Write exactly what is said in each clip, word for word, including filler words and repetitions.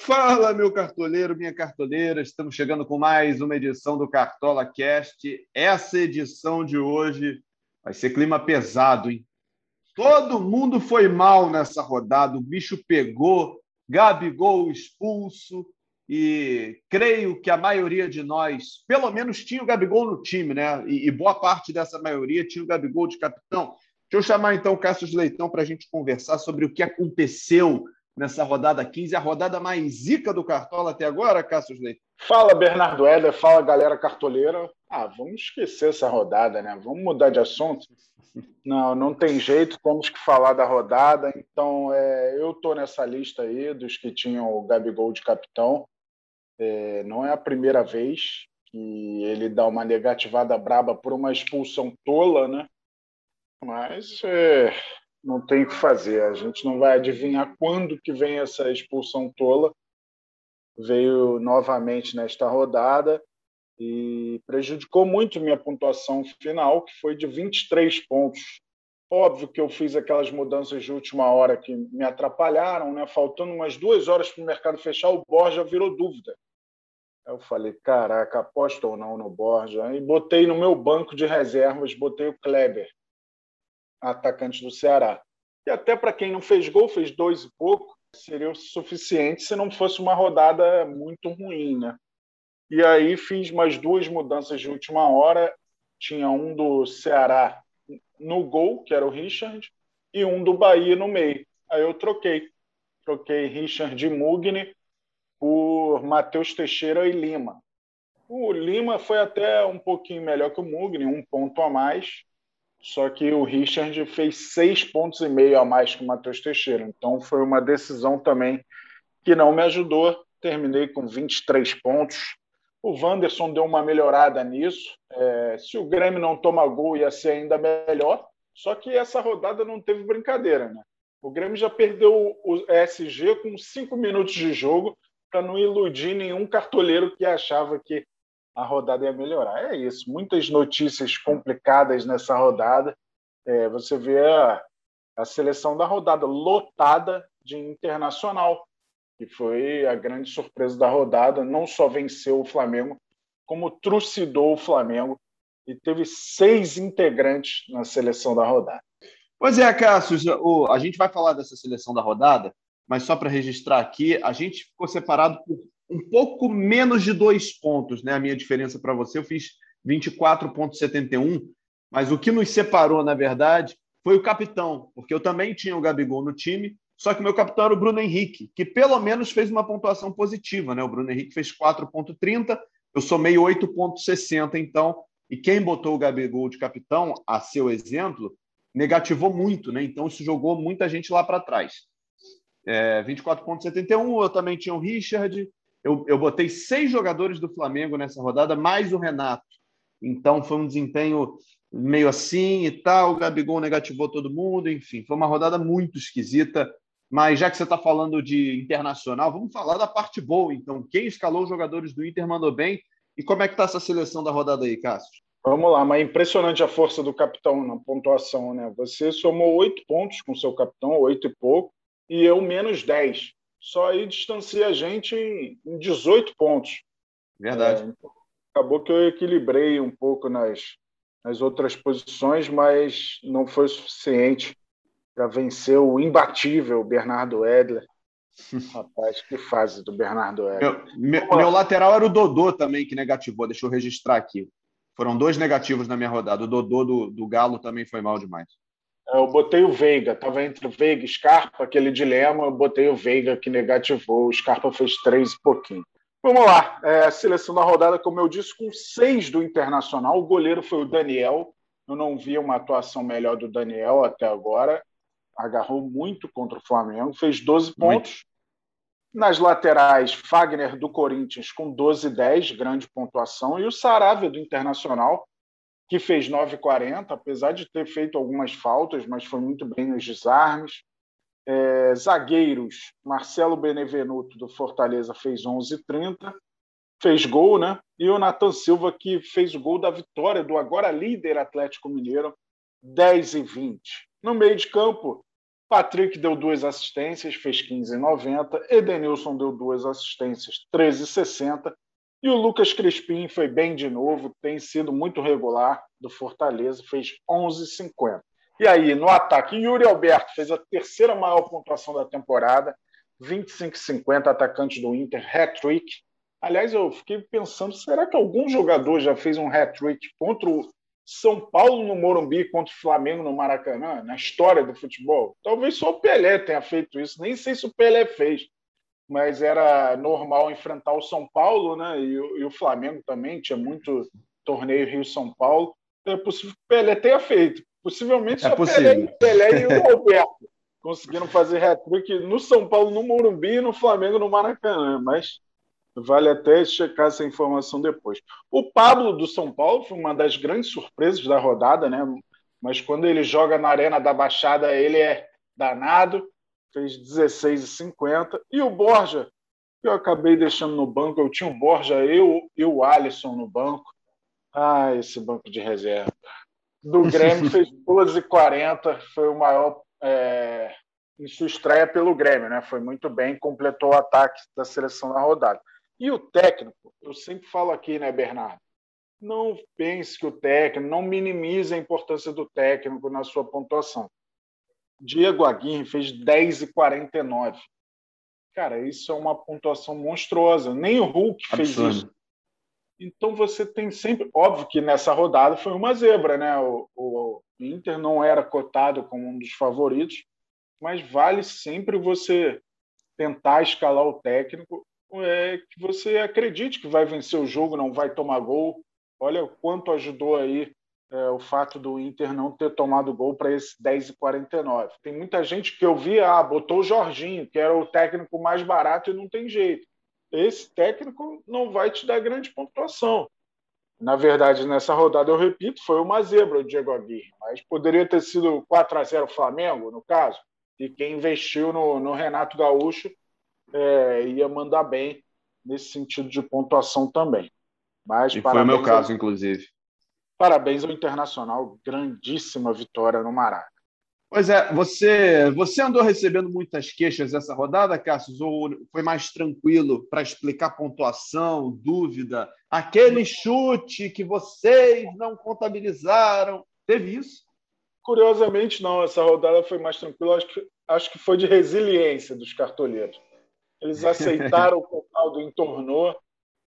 Fala, meu cartoleiro, minha cartoleira. Estamos chegando com mais uma edição do Cartola Cast. Essa edição de hoje vai ser clima pesado, hein? Todo mundo foi mal nessa rodada. O bicho pegou, Gabigol expulso e creio que a maioria de nós, pelo menos, tinha o Gabigol no time, né? E, e boa parte dessa maioria tinha o Gabigol de capitão. Deixa eu chamar então o Cássio Leitão para a gente conversar sobre o que aconteceu nessa rodada quinze, a rodada mais zica do Cartola até agora, Cássio Leite? Fala, Bernardo Éder, fala, galera cartoleira. Ah, vamos esquecer essa rodada, né? Vamos mudar de assunto. Não, não tem jeito, temos que falar da rodada. Então, é, eu estou nessa lista aí dos que tinham o Gabigol de capitão. É, não é a primeira vez que ele dá uma negativada braba por uma expulsão tola, né? Mas é, não tem o que fazer. A gente não vai adivinhar quando que vem essa expulsão tola. Veio novamente nesta rodada e prejudicou muito minha pontuação final, que foi de vinte e três pontos. Óbvio que eu fiz aquelas mudanças de última hora que me atrapalharam, né? Faltando umas duas horas para o mercado fechar, o Borja virou dúvida. Eu falei, caraca, aposto ou não no Borja? E botei no meu banco de reservas, botei o Kleber, atacante do Ceará. E até para quem não fez gol, fez dois e pouco, seria o suficiente se não fosse uma rodada muito ruim, né? E aí fiz mais duas mudanças de última hora. Tinha um do Ceará no gol, que era o Richard, e um do Bahia no meio. Aí eu troquei. Troquei Richard e Mugni por Matheus Teixeira e Lima. O Lima foi até um pouquinho melhor que o Mugni, um ponto a mais. Só que o Richard fez seis pontos e meio a mais que o Matheus Teixeira. Então foi uma decisão também que não me ajudou. Terminei com vinte e três pontos. O Wanderson deu uma melhorada nisso. É, se o Grêmio não toma gol, ia ser ainda melhor. Só que essa rodada não teve brincadeira, né? O Grêmio já perdeu o E S G com cinco minutos de jogo para não iludir nenhum cartoleiro que achava que a rodada ia melhorar. É isso. Muitas notícias complicadas nessa rodada. É, você vê a, a seleção da rodada lotada de Internacional, que foi a grande surpresa da rodada. Não só venceu o Flamengo, como trucidou o Flamengo e teve seis integrantes na seleção da rodada. Pois é, Cássio, o, a gente vai falar dessa seleção da rodada, mas só para registrar aqui, a gente ficou separado por um pouco menos de dois pontos, né? A minha diferença para você, eu fiz vinte e quatro vírgula setenta e um, mas o que nos separou, na verdade, foi o capitão, porque eu também tinha o Gabigol no time, só que o meu capitão era o Bruno Henrique, que pelo menos fez uma pontuação positiva, né? O Bruno Henrique fez quatro vírgula trinta, eu somei oito vírgula sessenta, então, e quem botou o Gabigol de capitão, a seu exemplo, negativou muito, né? Então isso jogou muita gente lá para trás. É, vinte e quatro vírgula setenta e um, eu também tinha o Richard, eu, eu botei seis jogadores do Flamengo nessa rodada, mais o Renato. Então foi um desempenho meio assim e tal, o Gabigol negativou todo mundo, enfim, foi uma rodada muito esquisita. Mas já que você está falando de Internacional, vamos falar da parte boa, então. Quem escalou os jogadores do Inter mandou bem, e como é que está essa seleção da rodada aí, Cássio? Vamos lá, mas é impressionante a força do capitão na pontuação, né? Você somou oito pontos com seu capitão, oito e pouco, e eu menos dez. Só aí distancia a gente em dezoito pontos. Verdade. É, acabou que eu equilibrei um pouco nas, nas outras posições, mas não foi suficiente para vencer o imbatível Bernardo Edler. Rapaz, que fase do Bernardo Edler. Meu, meu, meu lateral era o Dodô também, que negativou. Deixa eu registrar aqui. Foram dois negativos na minha rodada. O Dodô do, do Galo também foi mal demais. Eu botei o Veiga. Estava entre o Veiga e Scarpa, aquele dilema. Eu botei o Veiga, que negativou. O Scarpa fez três e pouquinho. Vamos lá. É, a seleção da rodada, como eu disse, com seis do Internacional. O goleiro foi o Daniel. Eu não vi uma atuação melhor do Daniel até agora. Agarrou muito contra o Flamengo. Fez doze pontos. Muito. Nas laterais, Fagner do Corinthians com doze e dez, grande pontuação, e o Saravia do Internacional, que fez nove e quarenta, apesar de ter feito algumas faltas, mas foi muito bem nos desarmes. É, zagueiros, Marcelo Benevenuto do Fortaleza fez onze e trinta, fez gol, né? E o Nathan Silva, que fez o gol da vitória do agora líder Atlético Mineiro, dez e vinte. No meio de campo, Patrick deu duas assistências, fez quinze e noventa. Edenilson deu duas assistências, treze e sessenta. E o Lucas Crispim foi bem de novo, tem sido muito regular do Fortaleza, fez onze e cinquenta. E aí, no ataque, Yuri Alberto fez a terceira maior pontuação da temporada, vinte e cinco e cinquenta, atacante do Inter, hat-trick. Aliás, eu fiquei pensando, será que algum jogador já fez um hat-trick contra o São Paulo no Morumbi, contra o Flamengo no Maracanã, na história do futebol? Talvez só o Pelé tenha feito isso, nem sei se o Pelé fez, mas era normal enfrentar o São Paulo, né? E, e o Flamengo também, tinha muito torneio Rio-São Paulo. Então é possível que o Pelé tenha feito. Possivelmente só é Pelé, Pelé e o Roberto conseguiram fazer hat-trick no São Paulo, no Morumbi e no Flamengo no Maracanã, mas vale até checar essa informação depois. O Pablo do São Paulo foi uma das grandes surpresas da rodada, né? Mas quando ele joga na Arena da Baixada, ele é danado, fez dezesseis e cinquenta. E o Borja, que eu acabei deixando no banco, eu tinha o Borja, eu e o Alisson no banco. Ah, esse banco de reserva. Do Grêmio fez doze e quarenta, foi o maior é, em sua estreia pelo Grêmio, né? Foi muito bem, completou o ataque da seleção na rodada. E o técnico, eu sempre falo aqui, né, Bernardo? Não pense que o técnico, não minimize a importância do técnico na sua pontuação. Diego Aguirre fez dez e quarenta e nove. Cara, isso é uma pontuação monstruosa. Nem o Hulk fez Absurdo. isso. Então você tem sempre... Óbvio que nessa rodada foi uma zebra, né? O, o Inter não era cotado como um dos favoritos, mas vale sempre você tentar escalar o técnico, é, que você acredite que vai vencer o jogo, não vai tomar gol. Olha o quanto ajudou aí é, o fato do Inter não ter tomado gol para esse dez e quarenta e nove. Tem muita gente que eu vi, ah, botou o Jorginho, que era o técnico mais barato e não tem jeito. Esse técnico não vai te dar grande pontuação. Na verdade, nessa rodada, eu repito, foi uma zebra o Diego Aguirre, mas poderia ter sido quatro a zero Flamengo, no caso, e quem investiu no, no Renato Gaúcho é, ia mandar bem nesse sentido de pontuação também. Mas, e foi o meu caso, ao, inclusive. Parabéns ao Internacional, grandíssima vitória no Maraca. Pois é, você, você andou recebendo muitas queixas essa rodada, Cássio, ou foi mais tranquilo para explicar pontuação, dúvida? Aquele chute que vocês não contabilizaram, teve isso? Curiosamente, não. Essa rodada foi mais tranquila. Acho que, acho que foi de resiliência dos cartoleiros. Eles aceitaram o total do entornou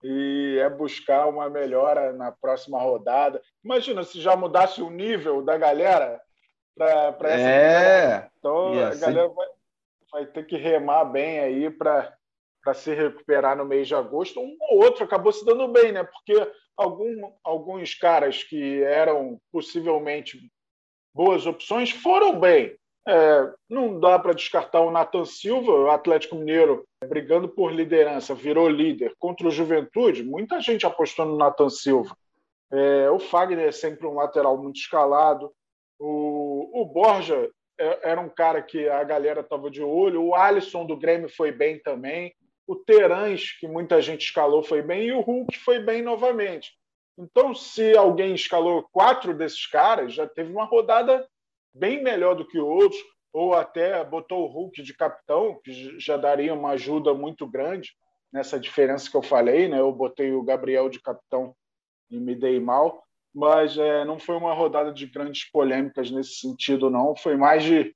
e é buscar uma melhora na próxima rodada. Imagina se já mudasse o nível da galera para essa é, primeira. Então, a ser... galera vai, vai ter que remar bem aí para se recuperar no mês de agosto. Um ou outro acabou se dando bem, né? Porque algum, alguns caras que eram possivelmente boas opções foram bem. É, não dá para descartar o Nathan Silva, o Atlético Mineiro, brigando por liderança, virou líder contra o Juventude. Muita gente apostou no Nathan Silva. É, o Fagner é sempre um lateral muito escalado. O, o Borja era um cara que a galera estava de olho. O Alisson do Grêmio foi bem também. O Terãs, que muita gente escalou, foi bem. E o Hulk foi bem novamente. Então, se alguém escalou quatro desses caras, já teve uma rodada bem melhor do que outros, ou até botou o Hulk de capitão, que já daria uma ajuda muito grande nessa diferença que eu falei, né? Eu botei o Gabriel de capitão e me dei mal. Mas é, não foi uma rodada de grandes polêmicas nesse sentido, não. Foi mais de,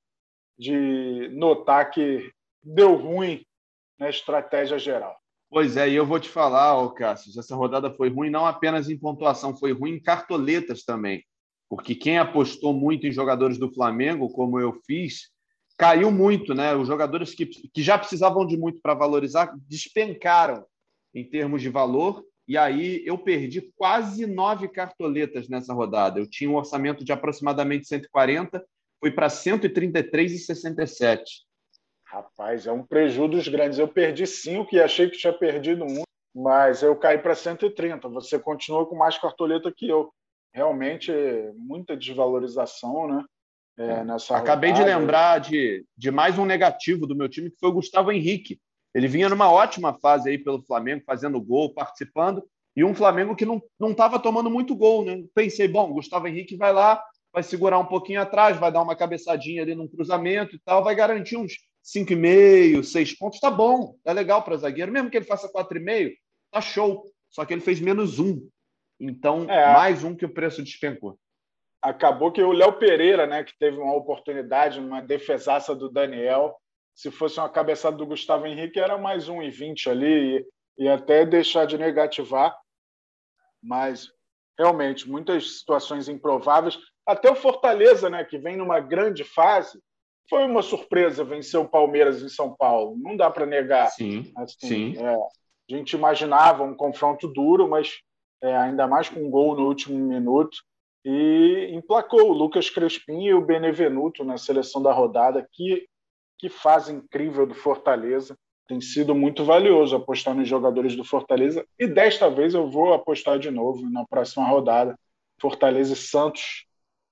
de notar que deu ruim na estratégia geral. Pois é, e eu vou te falar, oh, Cássio, essa rodada foi ruim não apenas em pontuação, foi ruim em cartoletas também. Porque quem apostou muito em jogadores do Flamengo, como eu fiz, caiu muito, né? Os jogadores que, que já precisavam de muito para valorizar despencaram em termos de valor. E aí eu perdi quase nove cartoletas nessa rodada. Eu tinha um orçamento de aproximadamente cento e quarenta, fui para cento e trinta e três e sessenta e sete. Rapaz, é um prejuízo dos grandes. Eu perdi cinco e achei que tinha perdido um, mas eu caí para cento e trinta. Você continua com mais cartoleta que eu. Realmente, muita desvalorização, né? É, nessa Acabei rodada. de lembrar de, de mais um negativo do meu time, que foi o Gustavo Henrique. Ele vinha numa ótima fase aí pelo Flamengo, fazendo gol, participando, e um Flamengo que não estava tomando muito gol, né? Pensei, bom, Gustavo Henrique vai lá, vai segurar um pouquinho atrás, vai dar uma cabeçadinha ali num cruzamento e tal, vai garantir uns cinco e meio, seis pontos, tá bom, tá legal para zagueiro, mesmo que ele faça quatro e meio, tá show, só que ele fez menos um, então É, mais um que o preço despencou. acabou que o Léo Pereira, né, que teve uma oportunidade, uma defesaça do Daniel, se fosse uma cabeçada do Gustavo Henrique, era mais um e vinte ali, e, e até deixar de negativar, mas realmente, muitas situações improváveis, até o Fortaleza, né, que vem numa grande fase, foi uma surpresa vencer o Palmeiras em São Paulo. Não dá para negar. Sim, Assim, sim. É, a gente imaginava um confronto duro, mas é, ainda mais com um gol no último minuto. E emplacou o Lucas Crespim e o Benevenuto na seleção da rodada. Que, que fase incrível do Fortaleza. Tem sido muito valioso apostar nos jogadores do Fortaleza. E desta vez eu vou apostar de novo na próxima rodada. Fortaleza e Santos.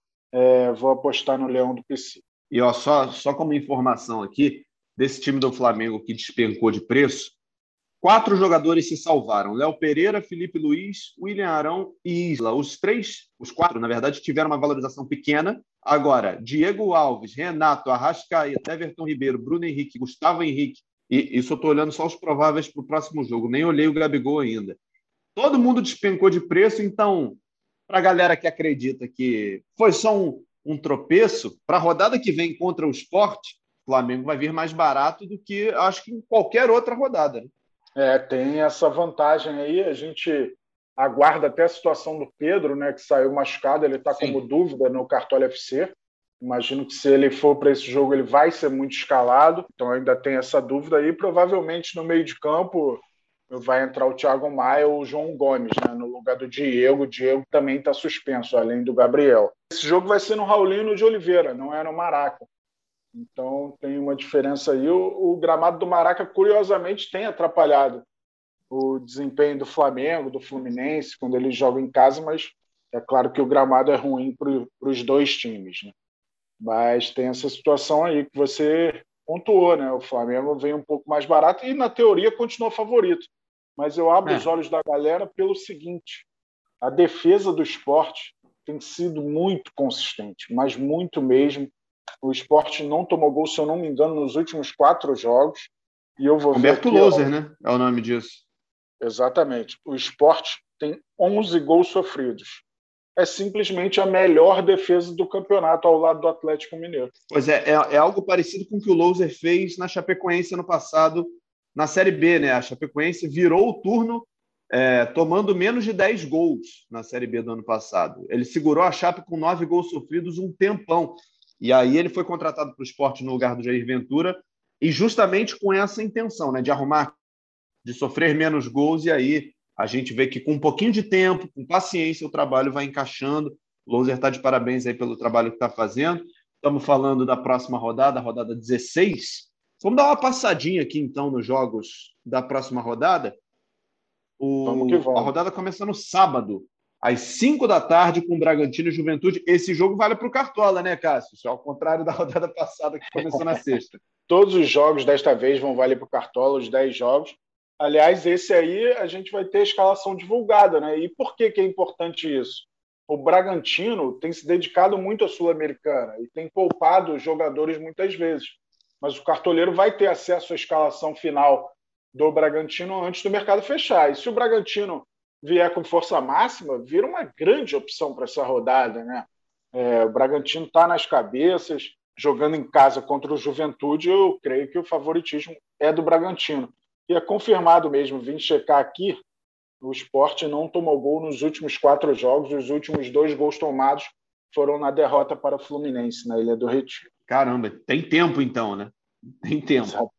É, vou apostar no Leão do P C. E ó, só, só como informação aqui, desse time do Flamengo que despencou de preço, quatro jogadores se salvaram. Léo Pereira, Felipe Luiz, William Arão e Isla. Os três, os quatro, na verdade, tiveram uma valorização pequena. Agora, Diego Alves, Renato, Arrascaeta, Everton Ribeiro, Bruno Henrique, Gustavo Henrique. E isso eu estou olhando só os prováveis para o próximo jogo. Nem olhei o Gabigol ainda. Todo mundo despencou de preço, então, para a galera que acredita que foi só um, um tropeço, para a rodada que vem contra o Sport, o Flamengo vai vir mais barato do que, acho que, em qualquer outra rodada, né? É, tem essa vantagem aí. A gente aguarda até a situação do Pedro, né, que saiu machucado. Ele está como dúvida no Cartola F C. Imagino que se ele for para esse jogo, ele vai ser muito escalado. Então ainda tem essa dúvida aí. Provavelmente no meio de campo vai entrar o Thiago Maia ou o João Gomes, né, no lugar do Diego. O Diego também está suspenso, além do Gabriel. Esse jogo vai ser no Raulino de Oliveira, não é no Maraca. Então tem uma diferença aí. O, o gramado do Maraca, curiosamente, tem atrapalhado o desempenho do Flamengo, do Fluminense, quando eles jogam em casa, mas é claro que o gramado é ruim para os dois times, né? Mas tem essa situação aí que você pontuou, né? O Flamengo vem um pouco mais barato e, na teoria, continua favorito. Mas eu abro É. os olhos da galera pelo seguinte: a defesa do Sport tem sido muito consistente, mas muito mesmo. O Sport não tomou gol, se eu não me engano, nos últimos quatro jogos. E eu vou Humberto ver aqui, Louser, ó, né? É o nome disso. Exatamente. O Sport tem onze gols sofridos. É simplesmente a melhor defesa do campeonato ao lado do Atlético Mineiro. Pois é, é, é algo parecido com o que o Louser fez na Chapecoense ano passado, na Série B, né? A Chapecoense virou o turno é, tomando menos de dez gols na Série B do ano passado. Ele segurou a Chape com nove gols sofridos um tempão. E aí ele foi contratado para o Sport no lugar do Jair Ventura, e justamente com essa intenção, né, de arrumar, de sofrer menos gols, e aí a gente vê que com um pouquinho de tempo, com paciência, o trabalho vai encaixando. O Louser está de parabéns aí pelo trabalho que está fazendo. Estamos falando da próxima rodada, a rodada dezesseis. Vamos dar uma passadinha aqui, então, nos jogos da próxima rodada. O... Vamos que vamos. A rodada começa no sábado, às cinco da tarde, com o Bragantino e Juventude. Esse jogo vale para o Cartola, né, Cássio? Ao contrário da rodada passada, que começou na sexta. Todos os jogos desta vez vão valer para o Cartola, os dez jogos. Aliás, esse aí a gente vai ter a escalação divulgada, né? E por que, que é importante isso? O Bragantino tem se dedicado muito à Sul-Americana e tem poupado os jogadores muitas vezes. Mas o cartoleiro vai ter acesso à escalação final do Bragantino antes do mercado fechar. E se o Bragantino vier com força máxima, vira uma grande opção para essa rodada, né? É, o Bragantino está nas cabeças, jogando em casa contra o Juventude. Eu creio que o favoritismo é do Bragantino. E é confirmado mesmo, vim checar aqui, o Sport não tomou gol nos últimos quatro jogos, os últimos dois gols tomados foram na derrota para o Fluminense, na Ilha do Retiro. Caramba, tem tempo então, né? Tem tempo. Exato.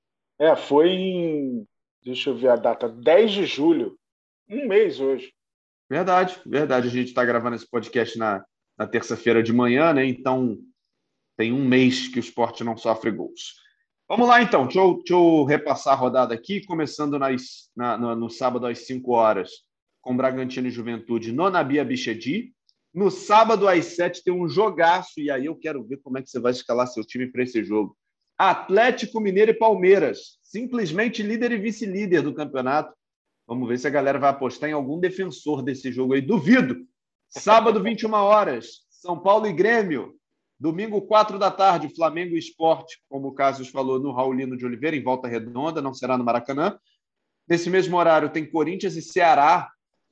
É, foi em, deixa eu ver a data, dez de julho, um mês hoje. Verdade, verdade. A gente está gravando esse podcast na, na terça-feira de manhã, né? Então tem um mês que o Sport não sofre gols. Vamos lá, então. Deixa eu, deixa eu repassar a rodada aqui, começando nas, na, no, no sábado às cinco horas, com Bragantino e Juventude no Nabi Abichedi. No sábado às sete tem um jogaço, e aí eu quero ver como é que você vai escalar seu time para esse jogo. Atlético Mineiro e Palmeiras, simplesmente líder e vice-líder do campeonato. Vamos ver se a galera vai apostar em algum defensor desse jogo aí. Duvido. Sábado, vinte e uma horas, São Paulo e Grêmio. Domingo, quatro da tarde, Flamengo e Sport, como o Cássio falou, no Raulino de Oliveira, em Volta Redonda, não será no Maracanã. Nesse mesmo horário, tem Corinthians e Ceará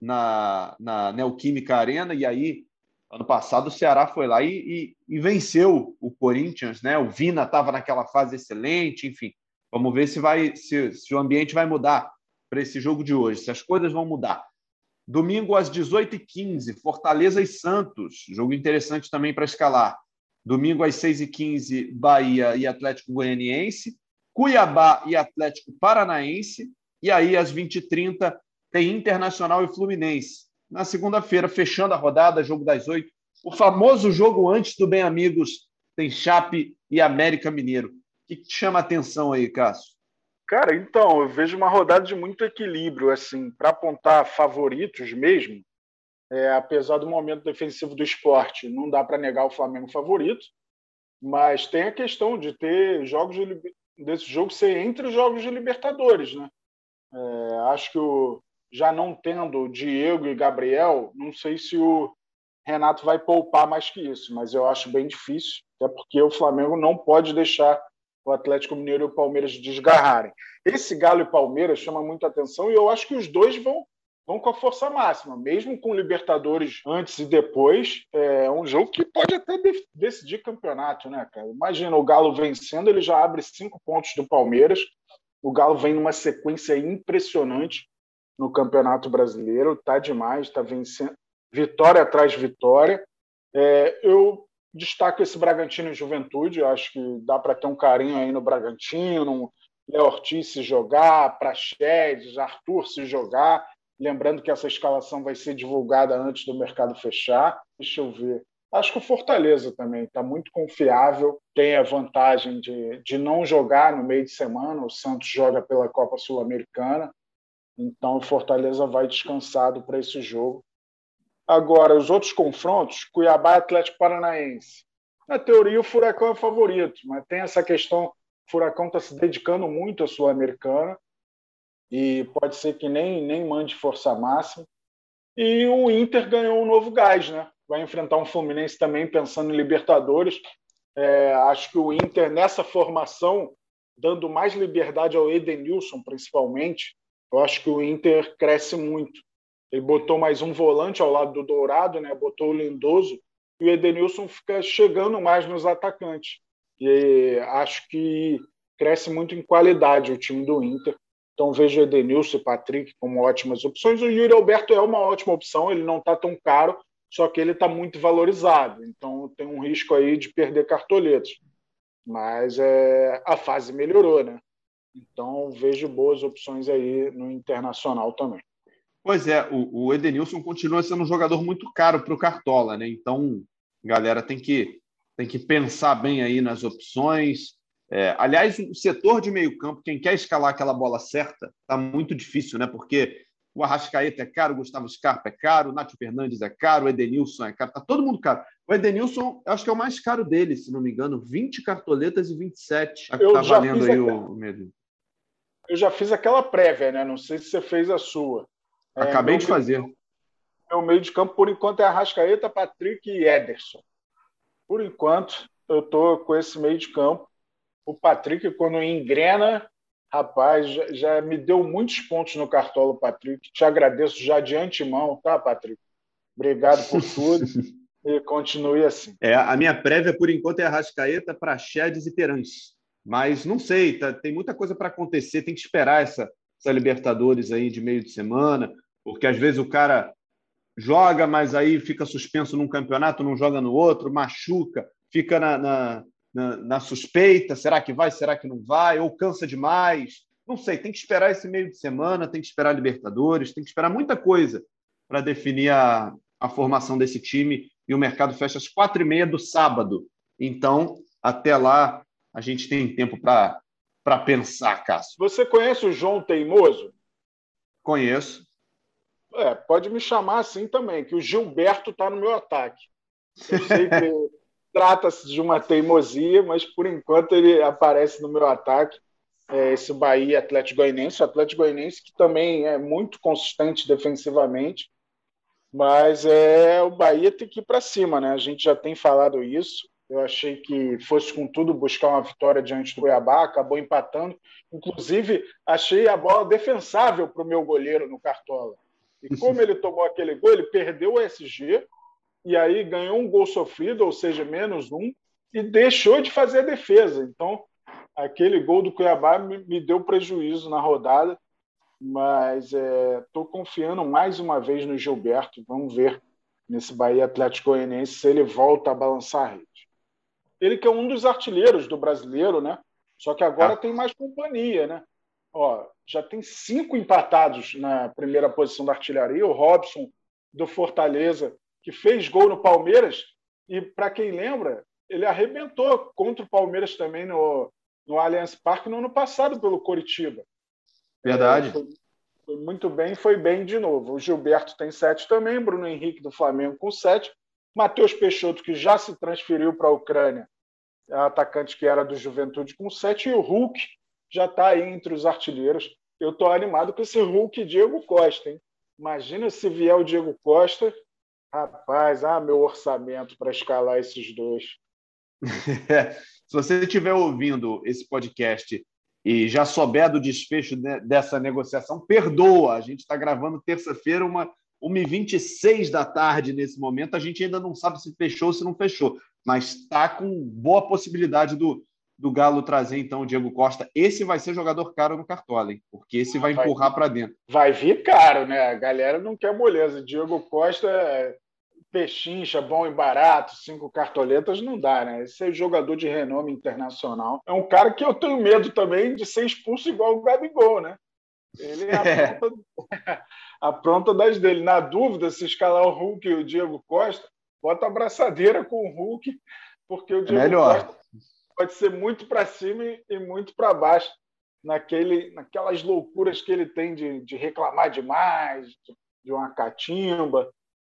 na, na Neoquímica Arena, e aí, ano passado, o Ceará foi lá e, e, e venceu o Corinthians, né? O Vina estava naquela fase excelente, enfim. Vamos ver se, vai, se, se o ambiente vai mudar para esse jogo de hoje, se as coisas vão mudar. Domingo, às dezoito e quinze, Fortaleza e Santos, jogo interessante também para escalar. Domingo, às seis e quinze, Bahia e Atlético Goianiense, Cuiabá e Atlético Paranaense, e aí, às vinte e trinta, tem Internacional e Fluminense. Na segunda-feira, fechando a rodada, jogo das oito, o famoso jogo antes do Bem Amigos, tem Chape e América Mineiro. O que te chama a atenção aí, Cássio? Cara, então, eu vejo uma rodada de muito equilíbrio, assim, para apontar favoritos mesmo. É, apesar do momento defensivo do Sport, não dá para negar o Flamengo favorito, mas tem a questão de ter jogos de, desse jogo ser entre os jogos de Libertadores, né? É, acho que o, já não tendo Diego e Gabriel, não sei se o Renato vai poupar mais que isso, mas eu acho bem difícil, até porque o Flamengo não pode deixar o Atlético Mineiro e o Palmeiras desgarrarem. Esse Galo e Palmeiras chama muita atenção e eu acho que os dois vão vão com a força máxima, mesmo com Libertadores antes e depois, é um jogo que pode até de- decidir campeonato, né, cara? Imagina o Galo vencendo, ele já abre cinco pontos do Palmeiras, o Galo vem numa sequência impressionante no Campeonato Brasileiro, tá demais, tá vencendo, vitória atrás de vitória. É, eu destaco esse Bragantino e Juventude, eu acho que dá para ter um carinho aí no Bragantino, Léo Ortiz se jogar, Praxedes, Arthur se jogar. Lembrando que essa escalação vai ser divulgada antes do mercado fechar. Deixa eu ver. Acho que o Fortaleza também está muito confiável, tem a vantagem de, de não jogar no meio de semana. O Santos joga pela Copa Sul-Americana, então o Fortaleza vai descansado para esse jogo. Agora, os outros confrontos, Cuiabá e Atlético Paranaense. Na teoria, o Furacão é favorito, mas tem essa questão: o Furacão está se dedicando muito à Sul-Americana e pode ser que nem, nem mande força máxima. E o Inter ganhou um novo gás, né? Vai enfrentar um Fluminense também pensando em Libertadores. É, acho que o Inter, nessa formação, dando mais liberdade ao Edenilson, principalmente, eu acho que o Inter cresce muito. Ele botou mais um volante ao lado do Dourado, né? Botou o Lindoso, e o Edenilson fica chegando mais nos atacantes. E acho que cresce muito em qualidade o time do Inter. Então vejo o Edenilson e Patrick como ótimas opções. O Yuri Alberto é uma ótima opção, ele não está tão caro, só que ele está muito valorizado. Então tem um risco aí de perder cartoletas. Mas é, a fase melhorou, né? Então vejo boas opções aí no Internacional também. Pois é, o, o Edenilson continua sendo um jogador muito caro para o Cartola, né? Então, galera, tem que, tem que pensar bem aí nas opções. É, aliás, o setor de meio campo, quem quer escalar aquela bola certa, está muito difícil, né? Porque o Arrascaeta é caro, o Gustavo Scarpa é caro, o Nátio Fernandes é caro, o Edenilson é caro, está todo mundo caro. O Edenilson, eu acho que é o mais caro dele, se não me engano, vinte cartoletas e vinte e sete. Está valendo aí o, o medo. Eu já fiz aquela prévia, né? Não sei se você fez a sua. Acabei é, de fazer. Meu meio de campo, por enquanto, é Arrascaeta, Patrick e Ederson. Por enquanto, eu estou com esse meio de campo. O Patrick, quando engrena, rapaz, já, já me deu muitos pontos no Cartola, Patrick. Te agradeço já de antemão, tá, Patrick? Obrigado por tudo e continue assim. É, a minha prévia, por enquanto, é Arrascaeta, Praxedes e Terãs. Mas não sei, tá, tem muita coisa para acontecer, tem que esperar essa, essa Libertadores aí de meio de semana, porque às vezes o cara joga, mas aí fica suspenso num campeonato, não joga no outro, machuca, fica na, na, na, na suspeita, será que vai, será que não vai, ou cansa demais, não sei, tem que esperar esse meio de semana, tem que esperar a Libertadores, tem que esperar muita coisa para definir a, a formação desse time, e o mercado fecha às quatro e meia do sábado, então até lá a gente tem tempo para para pensar, Cássio. Você conhece o João Teimoso? Conheço. É, pode me chamar assim também, que o Gilberto está no meu ataque. Eu sei que trata-se de uma teimosia, mas por enquanto ele aparece no meu ataque. É, esse Bahia Atlético Goianiense, o Atlético Goianiense que também é muito consistente defensivamente. Mas é, o Bahia tem que ir para cima, né? A gente já tem falado isso. Eu achei que fosse com tudo buscar uma vitória diante do Cuiabá, acabou empatando. Inclusive, achei a bola defensável para o meu goleiro no Cartola. E como ele tomou aquele gol, ele perdeu o S G e aí ganhou um gol sofrido, ou seja, menos um, e deixou de fazer a defesa. Então, aquele gol do Cuiabá me, me deu prejuízo na rodada, mas estou é, confiando mais uma vez no Gilberto. Vamos ver nesse Bahia Atlético Goianiense se ele volta a balançar a rede. Ele que é um dos artilheiros do brasileiro, né? Só que agora ah. tem mais companhia, né? Ó, já tem cinco empatados na primeira posição da artilharia. O Robson, do Fortaleza, que fez gol no Palmeiras, e para quem lembra, ele arrebentou contra o Palmeiras também no, no Allianz Parque no ano passado pelo Coritiba. Verdade. É, foi, foi muito bem, foi bem de novo. O Gilberto tem sete também, Bruno Henrique do Flamengo com sete, Matheus Peixoto, que já se transferiu para a Ucrânia, atacante que era do Juventude com sete, e o Hulk já está aí entre os artilheiros. Eu estou animado com esse Hulk e Diego Costa, hein? Imagina se vier o Diego Costa. Rapaz, ah, meu orçamento para escalar esses dois. Se você estiver ouvindo esse podcast e já souber do desfecho dessa negociação, perdoa. A gente está gravando terça-feira, uma uma e vinte e seis da tarde nesse momento. A gente ainda não sabe se fechou ou se não fechou, mas está com boa possibilidade do, do Galo trazer, então, o Diego Costa. Esse vai ser jogador caro no Cartola, hein? Porque esse vai empurrar para dentro. Vai vir caro, né? A galera não quer moleza. Diego Costa é pechincha, bom e barato, cinco cartoletas, não dá, né? Esse é jogador de renome internacional. É um cara que eu tenho medo também de ser expulso igual o Gabigol, né? Ele apronta, apronta das dele. Na dúvida, se escalar o Hulk e o Diego Costa, bota a abraçadeira com o Hulk, porque o Diego Melhor. Costa pode ser muito para cima e muito para baixo, naquele, naquelas loucuras que ele tem de, de reclamar demais, de, de uma catimba.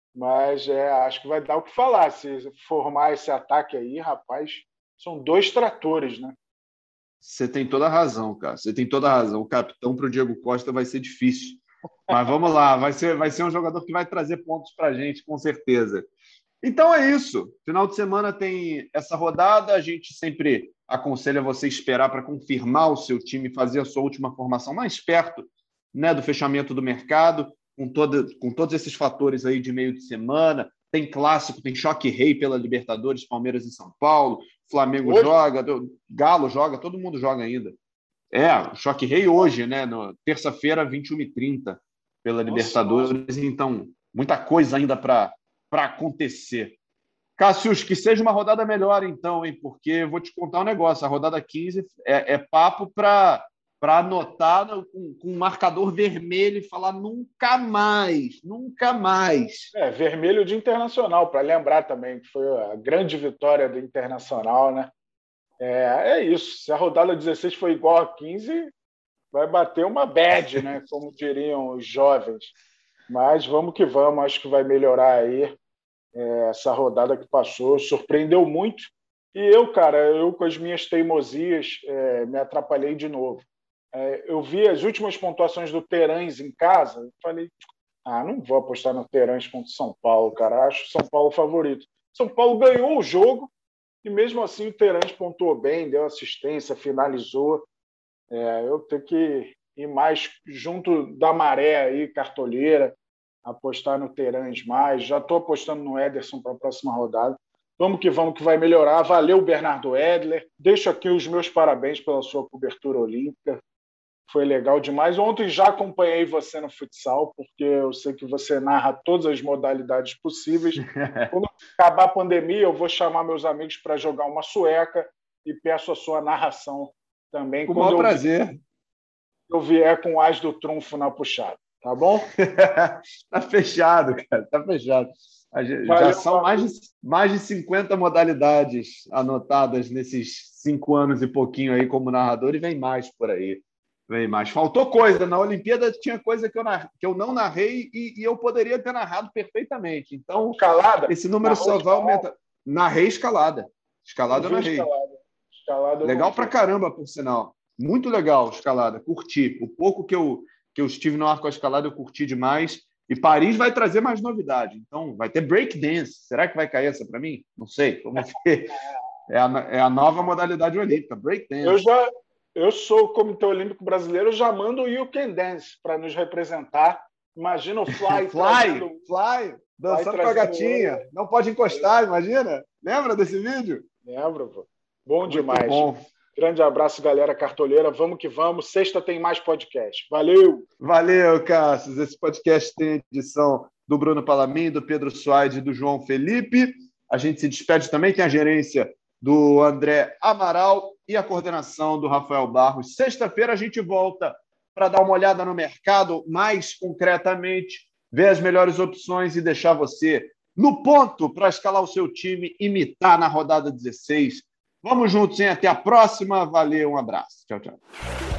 Mas é, acho que vai dar o que falar. Se formar esse ataque aí, rapaz, são dois tratores, né? Você tem toda a razão, cara. Você tem toda a razão. O capitão para o Diego Costa vai ser difícil. Mas vamos lá, vai ser, vai ser um jogador que vai trazer pontos para a gente, com certeza. Então é isso. Final de semana tem essa rodada. A gente sempre aconselha você esperar para confirmar o seu time, fazer a sua última formação mais perto, né, do fechamento do mercado, com, toda, com todos esses fatores aí de meio de semana. Tem clássico, tem choque rei pela Libertadores, Palmeiras e São Paulo, Flamengo hoje joga, Galo joga, todo mundo joga ainda. É, choque rei hoje, né? No, terça-feira, vinte e uma e trinta, pela Nossa, Libertadores. Nossa. Então, muita coisa ainda para acontecer. Cassius, que seja uma rodada melhor, então, hein? Porque vou te contar um negócio: a rodada quinze é, é papo para para anotar com, com um marcador vermelho e falar nunca mais, nunca mais. É, vermelho de Internacional, para lembrar também que foi a grande vitória do Internacional, né? É, é isso. Se a rodada dezesseis foi igual a quinze, vai bater uma bad, né? Como diriam os jovens. Mas vamos que vamos, acho que vai melhorar aí é, essa rodada que passou. Surpreendeu muito. E eu, cara, eu com as minhas teimosias é, me atrapalhei de novo. É, eu vi as últimas pontuações do Terãs em casa e falei, ah, não vou apostar no Terãs contra o São Paulo, cara. Acho o São Paulo favorito. São Paulo ganhou o jogo e mesmo assim o Terãs pontuou bem, deu assistência, finalizou. É, eu tenho que ir mais junto da maré aí, cartoleira, apostar no Terãs mais. Já estou apostando no Ederson para a próxima rodada. Vamos que vamos, que vai melhorar. Valeu, Bernardo Edler. Deixo aqui os meus parabéns pela sua cobertura olímpica. Foi legal demais. Ontem já acompanhei você no futsal, porque eu sei que você narra todas as modalidades possíveis. Quando acabar a pandemia, eu vou chamar meus amigos para jogar uma sueca e peço a sua narração também. Com o maior prazer. Eu vier com o as do trunfo na puxada, tá bom? Tá fechado, cara. Tá fechado. Já Valeu, são mais de, mais de cinquenta modalidades anotadas nesses cinco anos e pouquinho aí como narrador, e vem mais por aí. Vem mais. Faltou coisa. Na Olimpíada tinha coisa que eu, narrei, que eu não narrei e, e eu poderia ter narrado perfeitamente. Então, escalada, esse número só vai aumentar. Narrei escalada. Escalada eu narrei. Escalada. Escalada legal pra caramba, por sinal. Muito legal escalada. Curti. O pouco que eu, que eu estive no ar com a escalada, eu curti demais. E Paris vai trazer mais novidade. Então, vai ter breakdance. Será que vai cair essa para mim? Não sei. Vamos ver. É a, é a nova modalidade olímpica, breakdance. Eu já, eu sou o Comitê Olímpico Brasileiro, eu já mando o You Can Dance para nos representar. Imagina o Fly. Fly, trazendo, Fly, dançando fly com a gatinha. Não pode encostar, imagina. Lembra desse vídeo? Lembro, pô. Bom Muito demais. Bom. Grande abraço, galera cartoleira. Vamos que vamos. Sexta tem mais podcast. Valeu! Valeu, Cássio. Esse podcast tem edição do Bruno Palamin, do Pedro Soares e do João Felipe. A gente se despede também. Tem a gerência do André Amaral e a coordenação do Rafael Barros. Sexta-feira a gente volta para dar uma olhada no mercado mais concretamente, ver as melhores opções e deixar você no ponto para escalar o seu time, imitar na rodada dezesseis. Vamos juntos, hein? Até a próxima. Valeu, um abraço. Tchau, tchau.